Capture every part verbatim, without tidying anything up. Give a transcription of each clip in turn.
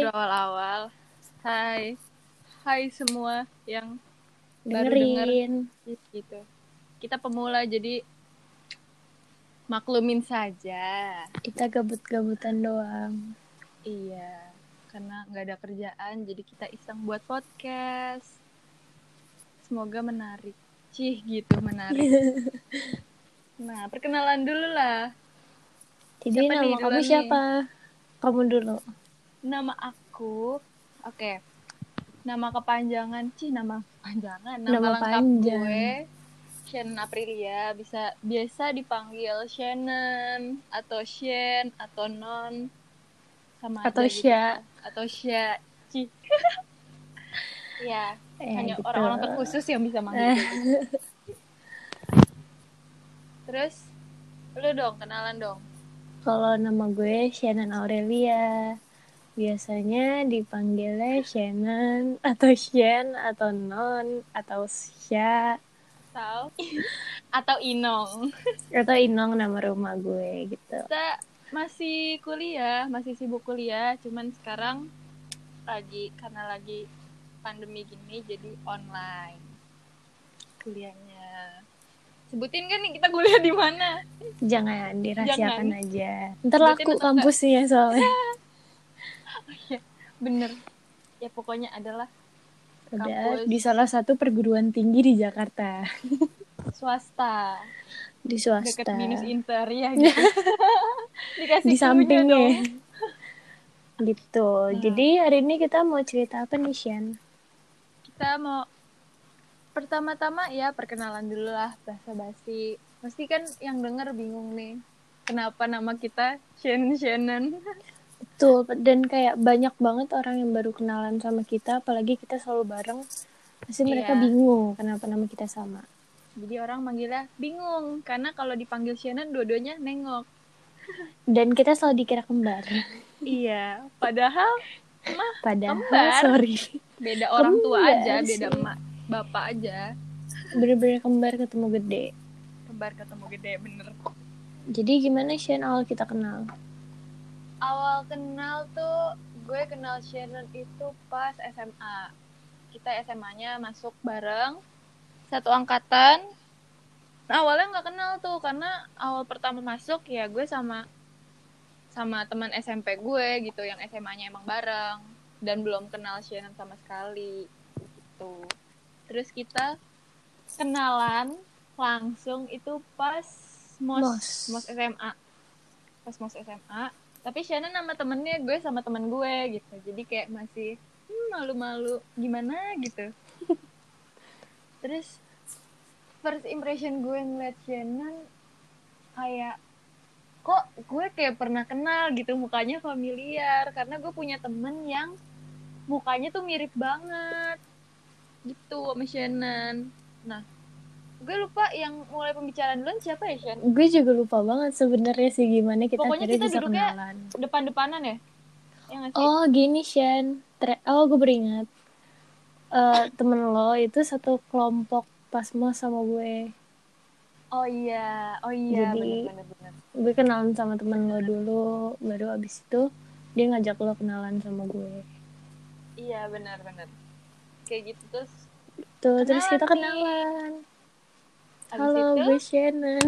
awal-awal. Hai, hai semua yang baru denger Dengerin. gitu. Kita pemula jadi maklumin saja. Kita gabut-gabutan doang. Iya, karena nggak ada kerjaan jadi kita iseng buat podcast. Semoga menarik. Cih gitu menarik. Nah, perkenalan dulu lah. Jadi Siapa nih nama kamu duluan nih? siapa? Kamu dulu. Nama aku, oke. Nama kepanjangan, cih nama kepanjangan. Nama, Nama lengkap panjang. gue Shannon Aprilia, bisa biasa dipanggil Shannon atau Shen atau Non sama aja Atau gitu. Sya. Atau Sya. Cih. Ya, Ya hanya gitu. orang-orang terkhusus yang bisa manggil gue gitu. Terus lu dong, kenalan dong. Kalau nama gue Shannon Aurelia. Biasanya dipanggilnya Shannon atau Shen atau Non atau Sya Atau atau Inong. atau Inong nama rumah gue gitu. Kita masih kuliah, masih sibuk kuliah, cuman sekarang lagi karena lagi pandemi gini jadi online kuliahnya. Sebutin kan nih kita kuliah di mana? Jangan dirahasiakan Jangan. aja. Ntar Sebutin laku atau enggak? kampusnya soalnya. Oh iya, bener. Ya pokoknya adalah Udah kampus di salah satu perguruan tinggi di Jakarta. swasta Di deket swasta. binus inter ya gitu. Dikasih Di clue-nya sampingnya. dong. Gitu. Nah, Jadi hari ini kita mau cerita apa nih, Shan? kita mau pertama-tama ya perkenalan dulu lah, basa-basi. Pasti kan yang denger bingung nih. Kenapa nama kita Shannon Shannon? Betul, dan kayak banyak banget orang yang baru kenalan sama kita, apalagi kita selalu bareng. Pasti mereka Iya. bingung kenapa nama kita sama. Jadi orang manggilnya bingung karena kalau dipanggil Shannon dua-duanya nengok. Dan kita selalu dikira kembar. Iya, padahal mah Padahal, kembar. sorry. Beda orang tua aja, Kembar beda sih. emak bapak aja. Bener-bener kembar ketemu gede. Kembar ketemu gede, bener. Jadi gimana, Shan, awal kita kenal? Awal kenal tuh gue kenal Shannon itu pas S M A. Kita S M A-nya masuk bareng, satu angkatan. Nah, awalnya nggak kenal tuh karena awal pertama masuk ya gue sama sama teman S M P gue gitu yang S M A-nya emang bareng dan belum kenal Shannon sama sekali gitu. Terus kita kenalan langsung itu pas mos Mos. mos S M A. Pas mos S M A. Tapi Shannon sama temennya gue sama temen gue gitu. Jadi kayak masih hmm, malu-malu gimana gitu. Terus first impression gue ngeliat Shannon kayak kok gue kayak pernah kenal gitu, mukanya familiar karena gue punya temen yang mukanya tuh mirip banget gitu sama Shannon. Nah, gue lupa yang mulai pembicaraan duluan siapa ya, Shan? Gue juga lupa banget sebenarnya sih gimana kita Pokoknya akhirnya kita bisa duduknya kenalan. depan-depanan ya? Ya nggak sih? Oh gini, Shan. Tre- oh gue beringat. Uh, temen lo itu satu kelompok pas mos sama gue. Oh iya, oh iya, Jadi bener-bener bener. gue kenalan sama temen lo dulu, baru abis itu dia ngajak lo kenalan sama gue. Iya, bener-bener. Kayak gitu terus. Tuh, terus Kenalan kita nih. kenalan. Abis Halo, itu, gue Shannon.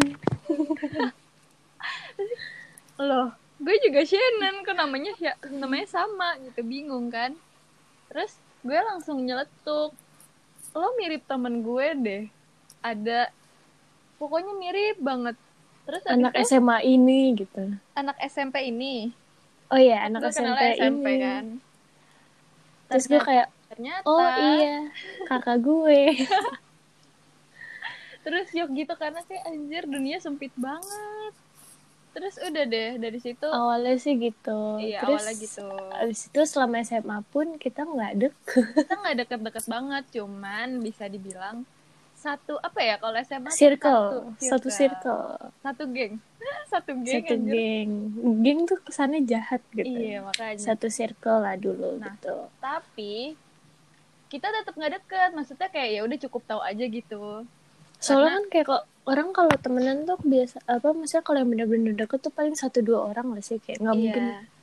loh, gue juga Shannon, kok namanya namanya sama gitu, bingung kan? Terus gue langsung nyeletuk, lo mirip temen gue deh, ada pokoknya mirip banget. Terus abis Anak itu S M A ini gitu. anak S M P ini, Oh iya, kan anak gue S M P kenalnya S M P ini. kan. Terus gue Ternyata, kayak, ternyata oh iya, kakak gue. terus yuk gitu karena kayak anjir dunia sempit banget. Terus udah deh dari situ. Awalnya sih gitu. Iya, Terus awalnya gitu. abis itu selama S M A pun kita nggak deket. Kita nggak deket-deket banget, cuman bisa dibilang satu apa ya kalau S M A tuh Circle, satu satu circle, circle. satu geng, satu geng Satu anjir. geng. Geng tuh kesannya jahat gitu. Iya makanya. Satu circle lah dulu Nah, gitu. tapi kita tetap nggak deket, maksudnya kayak ya udah cukup tahu aja gitu. Soalnya Karena kan kayak kok orang kalau temenan tuh biasa apa maksudnya kalau yang bener-bener deket tuh paling satu dua orang lah sih kayak nggak mungkin iya,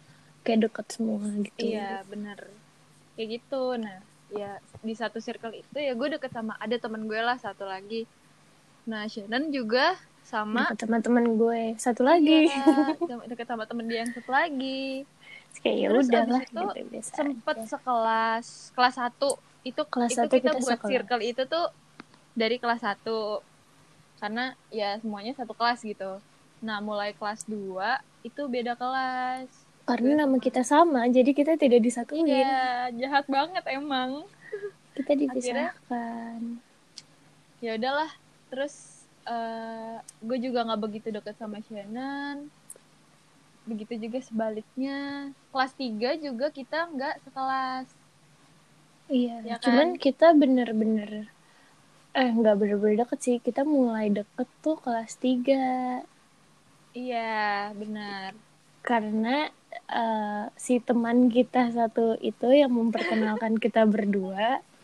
kayak deket semua gitu. Iya bener kayak gitu. Nah ya di satu circle itu ya gue deket sama ada teman gue lah satu lagi. Nah Shannon juga sama Deket sama teman gue satu iya lagi. deket sama temen dia yang satu lagi. Kayak ya Terus abis udahlah itu gitu biasa sempet aja. sekelas kelas satu itu Kelas itu satu kita kita buat sekelas. circle itu tuh dari kelas satu karena ya semuanya satu kelas gitu. Nah mulai kelas dua itu beda kelas. Gue Karena nama sama kita sama, jadi kita tidak iya disatuin. jahat banget emang. Kita Akhirnya dipisahkan. ya udahlah. Terus uh, gue juga nggak begitu deket sama Shannon. Begitu juga sebaliknya. Kelas tiga juga kita nggak sekelas. Iya, Ya cuman kan? kita bener-bener eh nggak bener-bener deket sih. Kita mulai deket tuh kelas tiga. Iya, benar. Karena uh, si teman kita satu itu yang memperkenalkan kita berdua,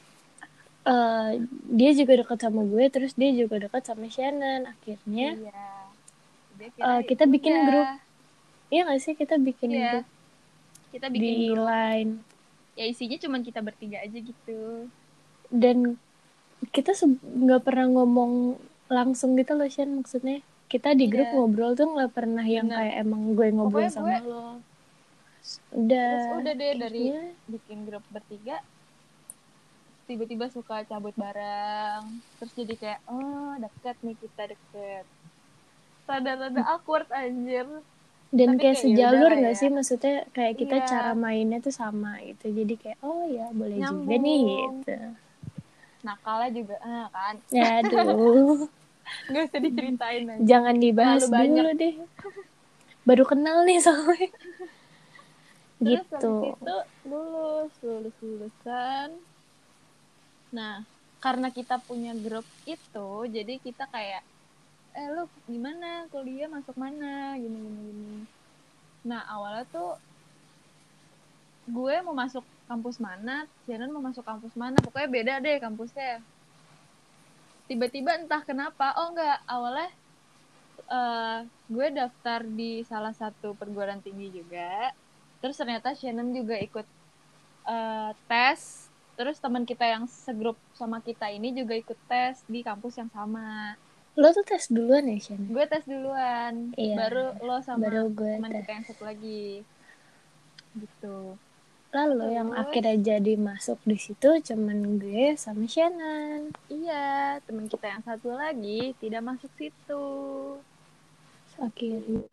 uh, dia juga dekat sama gue, terus dia juga dekat sama Shannon. Akhirnya Iya. Dia kira uh, kita bikin grup. udah. Iya nggak sih, kita bikin Iya, grup kita bikin di grup. Line. Ya isinya cuma kita bertiga aja gitu. Dan kita nggak se- pernah ngomong langsung gitu loh, Shan. Maksudnya kita di grup Iya, ngobrol tuh nggak pernah yang benar. kayak emang gue ngobrol Pokoknya gue sama lo. terus Udah udah deh dari akhirnya bikin grup bertiga tiba-tiba suka cabut bareng. Terus jadi kayak oh deket nih kita deket. Rada-rada awkward anjir. dan Tapi kayak kayak ya sejalur udahlah nggak ya. sih, maksudnya kayak kita Iya, cara mainnya tuh sama gitu, jadi kayak oh ya boleh juga nih nyambung. gitu. Nakalnya juga ah, kan. Ya aduh, Nggak usah diceritain aja. jangan Terlalu dibahas banyak. dulu deh, baru kenal nih soalnya. Terus habis Gitu. itu lulus, lulus lulusan. Nah, karena kita punya grup itu, jadi kita kayak, eh lu gimana kuliah masuk mana, gini gini gini. Nah awalnya tuh gue mau masuk kampus mana, Shannon mau masuk kampus mana, pokoknya beda deh kampusnya. Tiba-tiba entah kenapa, oh enggak, awalnya uh, gue daftar di salah satu perguruan tinggi juga. Terus ternyata Shannon juga ikut uh, tes. Terus teman kita yang segrup sama kita ini juga ikut tes di kampus yang sama. Lo tuh tes duluan ya, Shan? Gue tes duluan, Iya, baru lo baru sama gue teman tes. kita yang satu lagi. Gitu. Lalu yang Terus akhirnya jadi masuk di situ cuman gue sama Shannon. iya, teman kita yang satu lagi tidak masuk situ. Akhirnya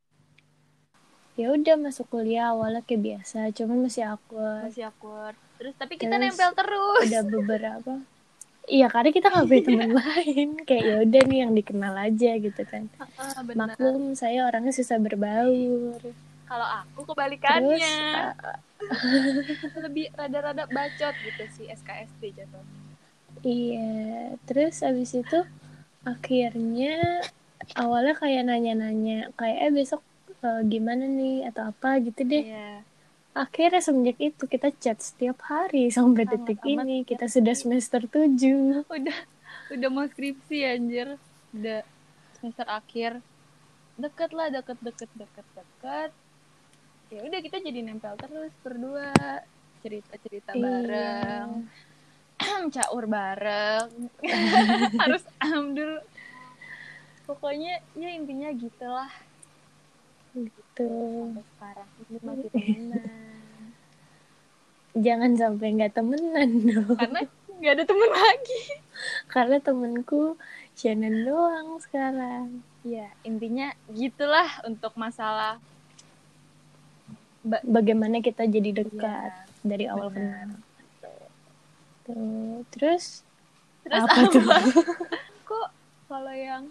ya udah masuk kuliah awalnya kayak biasa, cuman masih awkward. Masih awkward. Terus tapi kita Terus nempel terus. udah beberapa, iya karena kita nggak punya teman lain, kayak ya udah nih yang dikenal aja gitu kan. Ah, benar. Maklum saya orangnya susah berbaur. Kalau aku Terus kebalikannya. uh, Lebih rada-rada bacot gitu sih S K S D jatuh. iya, terus abis itu akhirnya awalnya kayak nanya-nanya kayak eh besok uh, gimana nih atau apa gitu deh. Iya. Akhirnya semenjak itu kita chat setiap hari sampai Sangat detik amat ini. ya Kita sudah sih. semester tujuh. Udah udah mau skripsi anjir. Udah semester akhir. Deket lah, deket deket deket deket. Ya udah kita jadi nempel terus berdua. Cerita-cerita bareng. Iya. Caur bareng. Harus ambil. Pokoknya ya intinya gitulah. Gitu. Sampai sekarang ini masih temenan. Jangan sampai nggak temenan dong. Karena nggak ada temen lagi. Karena temenku Shannon doang sekarang. Ya intinya gitulah untuk masalah Ba- bagaimana kita jadi dekat ya, dari awal bener. kenal. Tuh. Terus, Terus apa, apa? tuh? Kok kalau yang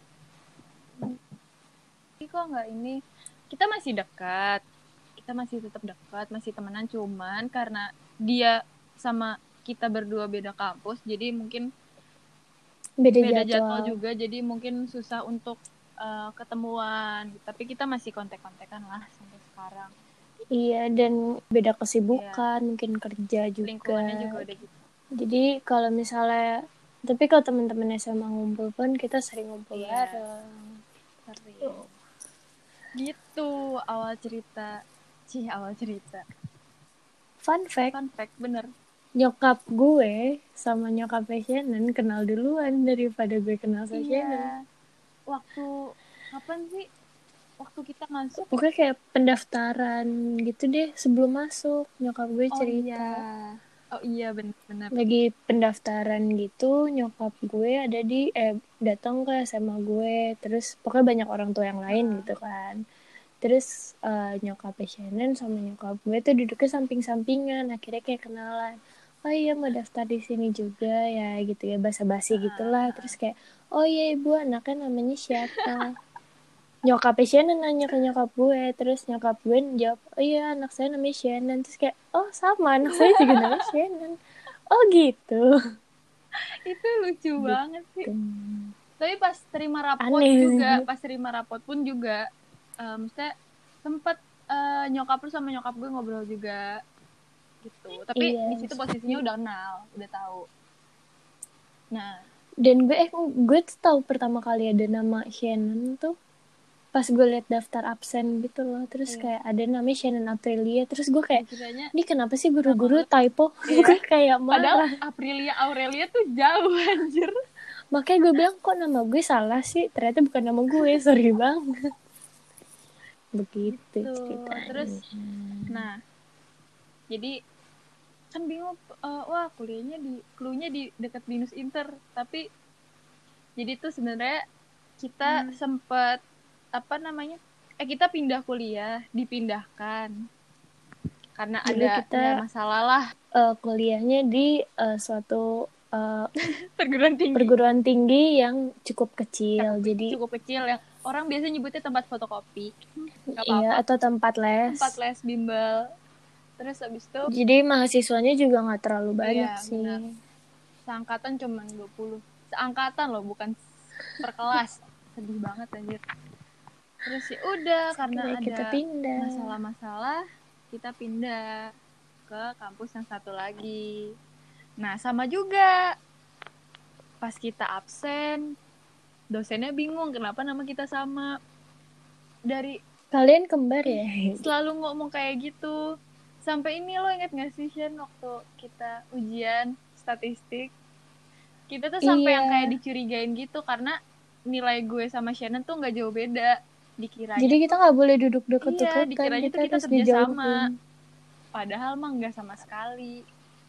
kok nggak ini? Kita masih dekat. Kita masih tetap dekat, masih temenan cuman karena dia sama kita berdua beda kampus, jadi mungkin Beda, beda jadwal. jadwal juga, jadi mungkin susah untuk uh, ketemuan. Tapi kita masih kontak-kontakan lah sampai sekarang. Iya, dan beda kesibukan, iya. Mungkin kerja juga. Lingkungannya juga udah gitu. Jadi kalau misalnya, tapi kalau teman-teman S M A ngumpul pun kita sering ngumpul iya. bareng. Sering. Oh. Gitu awal cerita Cih, awal cerita. Fun fact, Fun fact, bener. nyokap gue sama nyokap Shannon kenal duluan daripada gue kenal sama Shannon. Iya. Waktu kapan sih? Waktu kita masuk. Pokoknya kayak pendaftaran gitu deh sebelum masuk. Nyokap gue Oh cerita. iya. Oh iya benar-benar. Lagi pendaftaran gitu, nyokap gue ada di eh datang ke S M A gue. Terus pokoknya banyak orang tua yang lain Uh. gitu kan. Terus uh, nyokap Shannon sama nyokap gue tuh duduknya samping-sampingan. Akhirnya kayak kenalan. Oh iya mau daftar di sini juga ya gitu ya, basa-basi Uh. gitulah. Terus kayak oh iya ibu anaknya namanya siapa? Nyokap Shannon nanya ke nyokap gue, terus nyokap gue jawab, oh iya anak saya namanya Shannon. Terus kayak, oh sama anak saya juga namanya Shannon. Oh gitu. Itu lucu gitu. banget sih. Tapi pas terima rapot Aneh juga, sih. pas terima rapot pun juga, um, saya sempat uh, nyokap lu sama nyokap gue ngobrol juga, gitu. Tapi Iya, di situ posisinya udah kenal, udah tahu. Nah. Dan gue, eh, gue tuh tahu pertama kali ada nama Shannon tuh pas gue liat daftar absen gitu loh. Terus iya. Kayak ada namanya Shannon Aprilia. Terus gue kayak, kiranya, ini kenapa sih guru-guru typo? Iya. Gue kayak marah. Padahal Aprilia Aurelia tuh jauh anjir. Makanya gue bilang kok nama gue salah sih. Ternyata bukan nama gue, sorry banget. Begitu gitu. Ceritanya. Terus, nah, jadi kan bingung, uh, wah kuliahnya di, cluenya di dekat Binus Inter. Tapi, jadi tuh sebenarnya kita hmm. sempet apa namanya? Eh kita pindah kuliah, dipindahkan karena Dulu ada kita, ya, masalah lah. Uh, kuliahnya di uh, suatu uh, perguruan tinggi. Perguruan tinggi yang cukup kecil, cukup, jadi cukup kecil yang orang biasa nyebutnya tempat fotokopi. Gak iya, apa-apa. Atau tempat les. Tempat les bimbel. Terus abis itu. Jadi mahasiswanya juga nggak terlalu banyak iya, sih. Benar. Seangkatan cuma dua puluh. Seangkatan loh, bukan per kelas. Sedih banget anjir. Terus ya udah karena ada kita pindah. masalah-masalah, kita pindah ke kampus yang satu lagi. Nah, sama juga. Pas kita absen, dosennya bingung kenapa nama kita sama. Dari kalian kembar ya? Selalu ngomong kayak gitu. Sampai ini lo inget gak sih Shen, waktu kita ujian statistik, kita tuh sampai iya. yang kayak dicurigain gitu karena nilai gue sama Shannon tuh nggak jauh beda. Dikiranya jadi kita nggak boleh duduk deket-deketan. Iya, dikiranya kita tuh kita kerja sama. Padahal mah nggak sama sekali.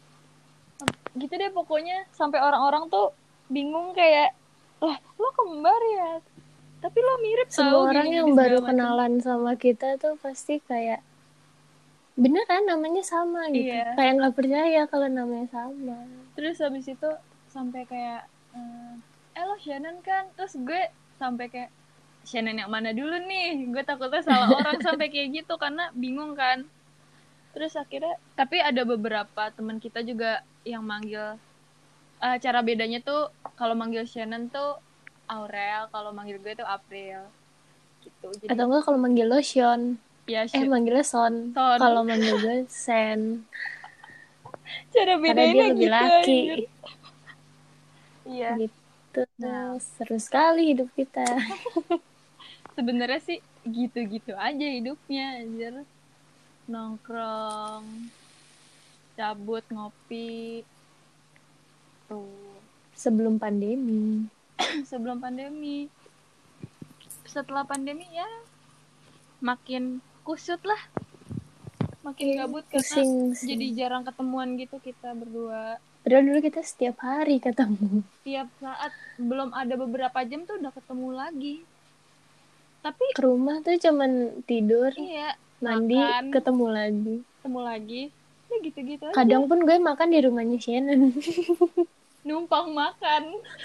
Gitu deh pokoknya, sampai orang-orang tuh bingung kayak, lah lo kembar ya? Tapi lo mirip tau. Semua orang yang baru kenalan sama kita tuh pasti kayak, beneran namanya sama gitu. Iya. Kayak nggak percaya kalau namanya sama. Terus habis itu sampai kayak, eh lo Shannon kan? Terus gue sampai kayak, Shannon yang mana dulu nih? Gue takutnya salah orang sampai kayak gitu karena bingung kan. Terus akhirnya, tapi ada beberapa teman kita juga yang manggil, uh, cara bedanya tuh kalau manggil Shannon tuh Aurel, kalau manggil gue tuh April. Gitu. Jadi, atau enggak kalau manggil lo Sean. Ya, eh manggilnya Son. Son. Kalau manggil gue Sen. Cara bedanya dia lebih gitu, laki. Iya. Gitu. Nah, seru sekali hidup kita. Sebenarnya sih gitu-gitu aja hidupnya, anjir. Nongkrong, cabut, ngopi. Tuh. Sebelum pandemi. Sebelum pandemi. Setelah pandemi ya makin kusut lah. Makin gabut karena Pusing, jadi jarang ketemuan gitu kita berdua. Padahal dulu kita setiap hari ketemu. Setiap saat, belum ada beberapa jam tuh udah ketemu lagi. Tapi ke rumah tuh cuman tidur, iya, mandi, makan, ketemu lagi. Ketemu lagi. Ya gitu-gitu aja. Kadang pun gue makan di rumahnya Shannon. Numpang makan.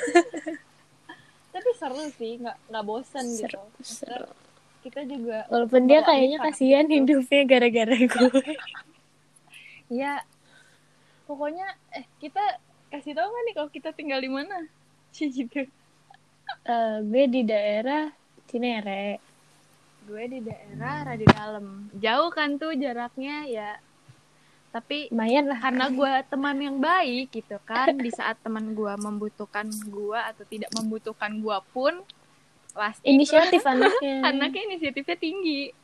Tapi seru sih, nggak nggak bosan gitu. Seru. Kita juga. Walaupun dia kayaknya kasihan gitu. Hidupnya gara-gara gue. Iya. Pokoknya eh kita kasih tahu nggak nih kalau kita tinggal di mana? Sih gitu. Uh, gue di daerah Cinere. Gue di daerah Radi Dalem. Jauh kan tuh jaraknya ya. Tapi lumayan lah. Karena gue teman yang baik gitu kan. Di saat teman gue membutuhkan gue atau tidak membutuhkan gue pun pasti inisiatif anaknya. Anaknya inisiatifnya tinggi.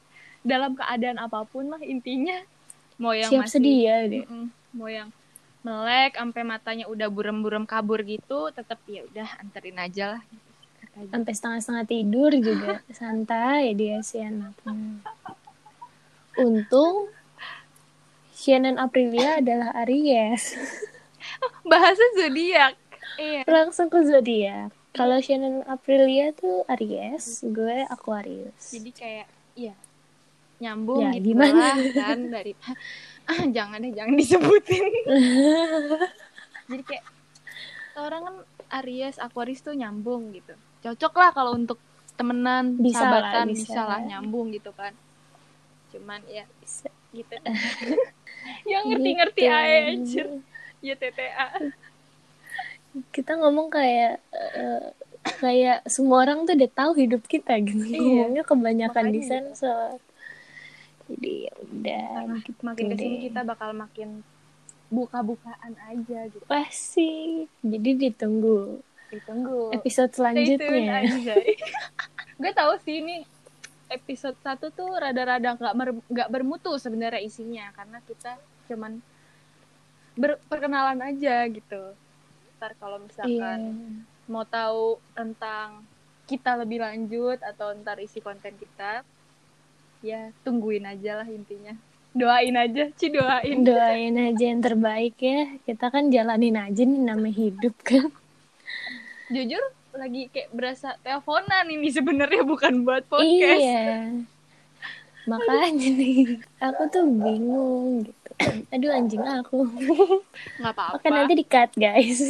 dalam keadaan apapun lah intinya, mau yang siap masih sedia deh. mm-mm, mau yang melek sampai matanya udah burem-burem kabur gitu, tetap ya udah anterin aja lah gitu. Sampai setengah-setengah tidur juga santai dia si anaknya. Untung Shannon Aprilia adalah Aries. Bahasa zodiak. Iya. Langsung ke zodiak. Kalau Shannon Aprilia tuh Aries, gue Aquarius. Jadi kayak iya nyambung Ya, gitu gimana? lah kan dari ah, jangan deh jangan disebutin. Jadi kayak orang kan Aries Aquarius tuh nyambung gitu, cocok lah kalau untuk temenan, Bisa lah, sahabatan, bisa. bisa lah nyambung gitu kan. Cuman ya Bisa. gitu. Yang ngerti-ngerti Gitu. aja anjir. Ya T T A. Kita ngomong kayak uh, kayak semua orang tuh udah tahu hidup kita gitu. Iya. Ngomongnya kebanyakan Makanya disensor. Jadi ya udah gitu makin kesini deh. kita bakal makin buka-bukaan aja gitu. Pasti. Jadi ditunggu Ditunggu episode selanjutnya. Gue tahu sih ini episode satu tuh rada-rada nggak mer- nggak bermutu sebenarnya isinya, karena kita cuman berperkenalan aja gitu. Ntar kalau misalkan Iya. mau tahu tentang kita lebih lanjut atau ntar isi konten kita, ya tungguin aja lah intinya. Doain aja, Ci doain. Doain aja yang terbaik ya. Kita kan jalanin aja nih namanya hidup kan. Jujur lagi kayak berasa teleponan ini sebenarnya, bukan buat podcast. Iya. Makanya nih aku tuh bingung gitu. Aduh anjing aku. Nggak apa-apa. Oke nanti di-cut guys.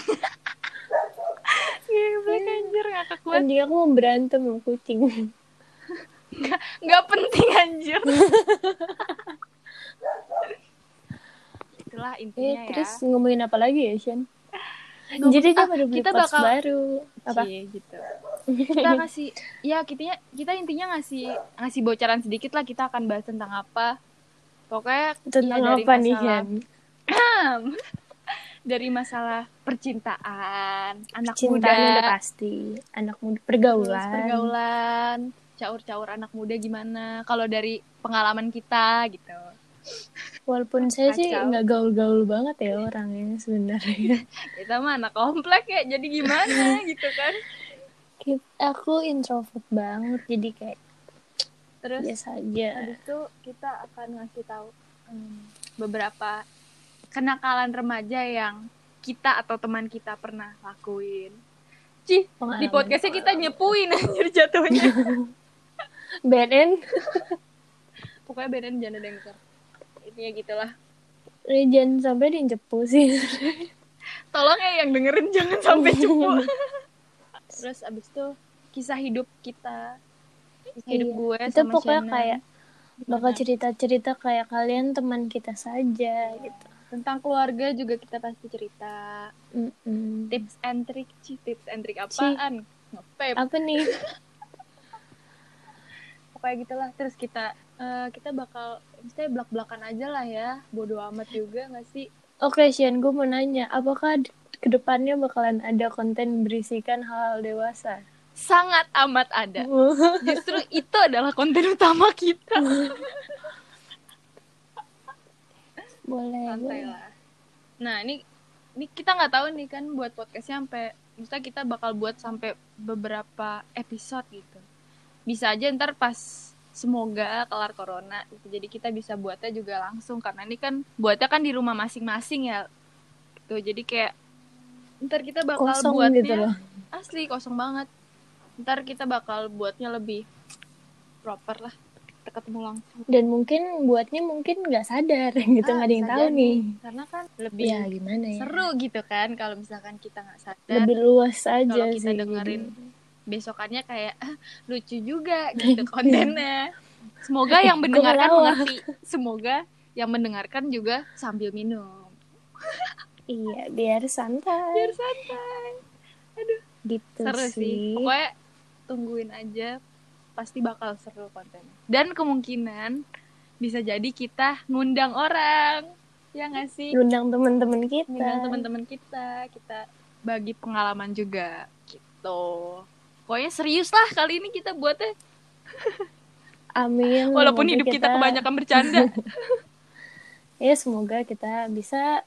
Geblek anjir, ngakak banget. Anjing aku mau berantem sama kucing. Nggak, nggak penting anjir. Itulah intinya Eh, ya. terus ngomongin apa lagi ya Shan? Ngomong- Jadi dia ah, baru beli kita pots bakal- baru. Apa? Cie, gitu. Kita ngasih, ya kitanya, kita intinya ngasih ngasih bocoran sedikit lah, kita akan bahas tentang apa. Pokoknya Tentang ya, dari apa nih masalah, Shan? dari masalah percintaan, anak Cintaan muda, udah pasti. Anak muda, pergaulan. terus pergaulan, caur-caur anak muda gimana. Kalau dari pengalaman kita gitu. Walaupun saya sih Kacau. nggak gaul-gaul banget ya orangnya sebenarnya. Kita mah anak komplek ya, jadi gimana gitu kan. Aku introvert banget, jadi kayak Terus biasa aja. habis itu kita akan ngasih tahu hmm, beberapa kenakalan remaja yang kita atau teman kita pernah lakuin. Cih, Pengalaman. di podcastnya kita nyepuin anjir jatuhnya. B N N. Pokoknya beneran jangan ada yang denger. Intinya gitulah. Eh, jangan sampai dicepu sih. Tolong ya yang dengerin jangan sampai cepu. Terus abis itu kisah hidup kita, kisah hidup Iya. gue Itu sama pokoknya Shannon. kayak bakal Gimana? cerita-cerita kayak kalian teman kita saja gitu. Tentang keluarga juga kita pasti cerita. Mm-mm. Tips and trick, Ci. Tips and trick apaan? Nge-vape. Apa nih? Pokoknya gitulah. Terus kita uh, kita bakal mesti belak-belakan aja lah ya. Bodo amat juga gak sih? Oke, Shan, gue mau nanya, apakah d- kedepannya bakalan ada konten berisikan hal-hal dewasa? Sangat amat ada. Justru itu adalah konten utama kita. Boleh. Santai boleh. lah. Nah ini ini kita nggak tahu nih kan buat podcastnya sampai, misalnya kita bakal buat sampai beberapa episode gitu. Bisa aja ntar pas semoga kelar corona gitu. Jadi kita bisa buatnya juga langsung, karena ini kan buatnya kan di rumah masing-masing ya. Gitu. Jadi kayak ntar kita bakal Kosong buatnya gitu loh. asli kosong banget. Ntar kita bakal buatnya lebih proper lah. Kita ketemu langsung. Dan mungkin buatnya mungkin nggak sadar gitu, nggak Ah, ada yang bisa tahu jadi. nih. Karena kan lebih Ya gimana ya? seru gitu kan kalau misalkan kita nggak sadar. Lebih luas aja Kalau kita sih. dengerin jadi. besokannya kayak ah, lucu juga gitu kontennya. Semoga yang Gua mendengarkan ngelawak. mengerti. Semoga yang mendengarkan juga sambil minum. Iya, biar santai. Biar santai. Aduh, Gitu seru sih. sih. Pokoknya tungguin aja, pasti bakal seru kontennya. Dan kemungkinan bisa jadi kita ngundang orang. Ya nggak sih? Ngundang teman-teman kita. Ngundang teman-teman kita, kita bagi pengalaman juga gitu. Pokoknya serius lah kali ini kita buatnya. Amin. Walaupun Semoga hidup kita kebanyakan bercanda. Ya semoga kita bisa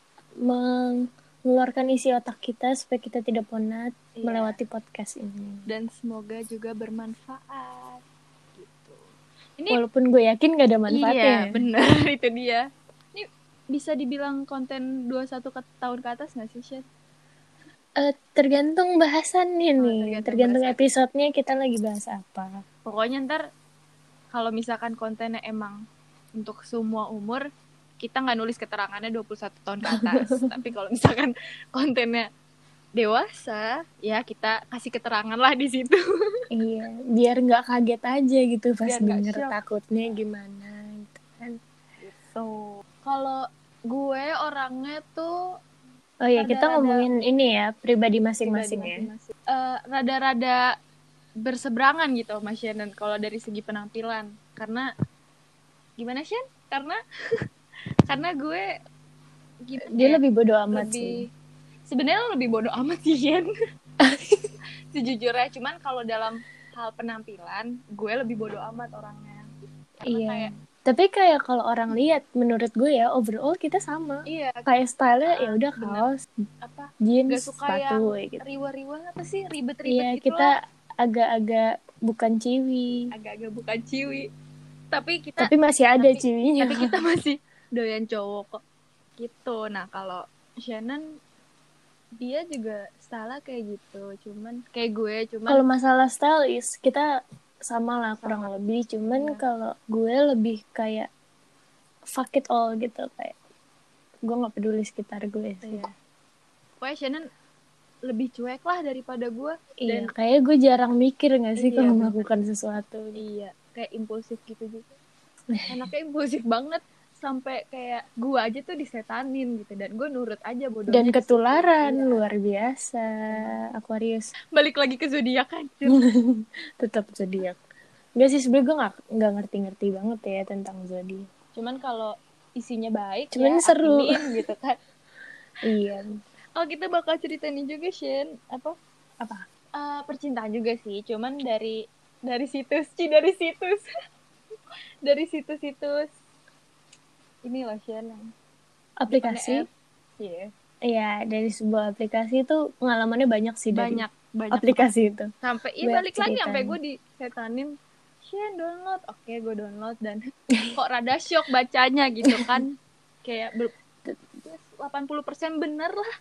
mengeluarkan isi otak kita supaya kita tidak penat Iya. melewati podcast ini. Dan semoga juga bermanfaat gitu. Ini Walaupun gue yakin gak ada manfaatnya. iya benar itu dia. Ini bisa dibilang konten dua puluh satu ke tahun ke atas gak sih, Shen? Uh, tergantung bahasannya Oh, nih, tergantung tergantung bahasan. episodenya kita lagi bahas apa. Pokoknya ntar kalau misalkan kontennya emang untuk semua umur, kita nggak nulis keterangannya dua puluh satu tahun ke atas. Tapi kalau misalkan kontennya dewasa, ya kita kasih keterangan lah di situ. Iya, biar nggak kaget aja gitu pas Biar nggak denger shock. takutnya gimana gitu kan. Gitu. Kalau gue orangnya tuh Oh iya, kita rada-rada ngomongin ini ya, pribadi masing-masing pribadi ya. masing-masing. Uh, rada-rada berseberangan gitu sama Shannon kalau dari segi penampilan. Karena gimana Shen? Karena karena gue gimana Dia ya? lebih bodoh amat lebih sih. sebenarnya lebih bodoh amat sih Shen. Sejujurnya cuman kalau dalam hal penampilan gue lebih bodoh amat orangnya. Karena Iya. kayak Tapi kayak kalau orang lihat, menurut gue ya overall kita sama. iya Kayak style-nya uh, ya udah bener. kaos, Apa? jeans, Gak suka sepatu yang gitu. riwa-riwa apa sih ribet-ribet Iya, gitu kita lah. agak-agak bukan ciwi. Agak-agak bukan ciwi. Tapi kita Tapi masih ada tapi, ciwinya. tapi kita masih doyan cowok kok. Gitu. Nah, kalau Shannon dia juga style kayak gitu, cuman kayak gue cuman Kalau masalah stylist kita sama lah kurang Sama. lebih, cuman Iya. kalau gue lebih kayak fuck it all gitu, kayak gue nggak peduli sekitar gue sih. Iya. Pokoknya Shannon lebih cuek lah daripada gue. Iya, Dan kayak gue jarang mikir nggak sih Iya, kalau bener. melakukan sesuatu. iya, kayak impulsif gitu juga. Anaknya impulsif banget sampai kayak gue aja tuh disetanin gitu dan gue nurut aja bodohnya. Dan di situ. ketularan Iya. luar biasa. Aquarius. Balik lagi ke zodiak aja. Tetap zodiak. Enggak sih, sebenernya gue nggak nggak ngerti-ngerti banget ya tentang zodiak. Cuman kalau isinya baik Cuman ya seru. aminin gitu kan. Iya. Oh, kita bakal ceritain juga Shen apa Apa? uh, percintaan juga sih, cuman dari dari situs Ci dari situs dari situs-situs ini loh Shen yang Aplikasi. Iya. Iya, dari sebuah aplikasi itu pengalamannya banyak sih dari Banyak banyak aplikasi itu. sampai iya Banyak balik lagi ceritanya. sampai gue disetanin Shen download, oke gue download dan kok rada shock bacanya gitu kan kayak ber- delapan puluh persen bener lah.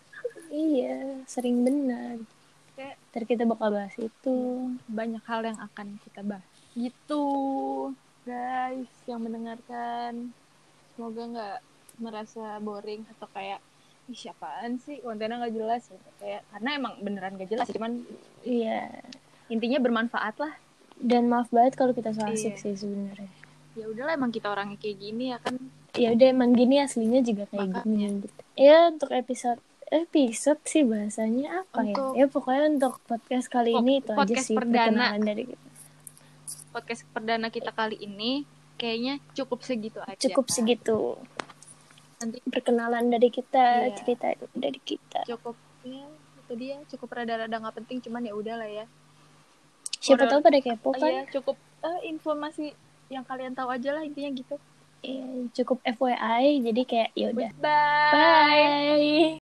Iya, sering benar. Kayak Ntar kita bakal bahas itu. banyak hal yang akan kita bahas gitu guys yang mendengarkan, semoga nggak merasa boring atau kayak ih siapaan sih kontennya nggak jelas gitu. Kayak karena emang beneran gak jelas cuman Iya. intinya bermanfaat lah. Dan maaf banget kalau kita so asik Iya. sih sebenarnya. Ya udahlah emang kita orangnya kayak gini ya kan. Ya udah emang gini aslinya juga kayak Makanya. gini gitu. Ya untuk episode episode sih bahasanya apa Untuk- ya? Ya pokoknya untuk podcast kali Pod- ini itu aja podcast sih perdana. perkenalan dari kita. Podcast perdana kita kali ini kayaknya cukup segitu aja. Cukup segitu. Nanti Perkenalan dari kita, Iya. cerita dari kita. cukup ya itu dia cukup rada-rada nggak penting cuman ya udahlah ya. Siapa Orang- tahu pada kepo Oh, kan? iya, cukup eh, informasi yang kalian tahu aja lah intinya gitu. Iya, cukup F Y I jadi kayak ya udah. Bye. Bye.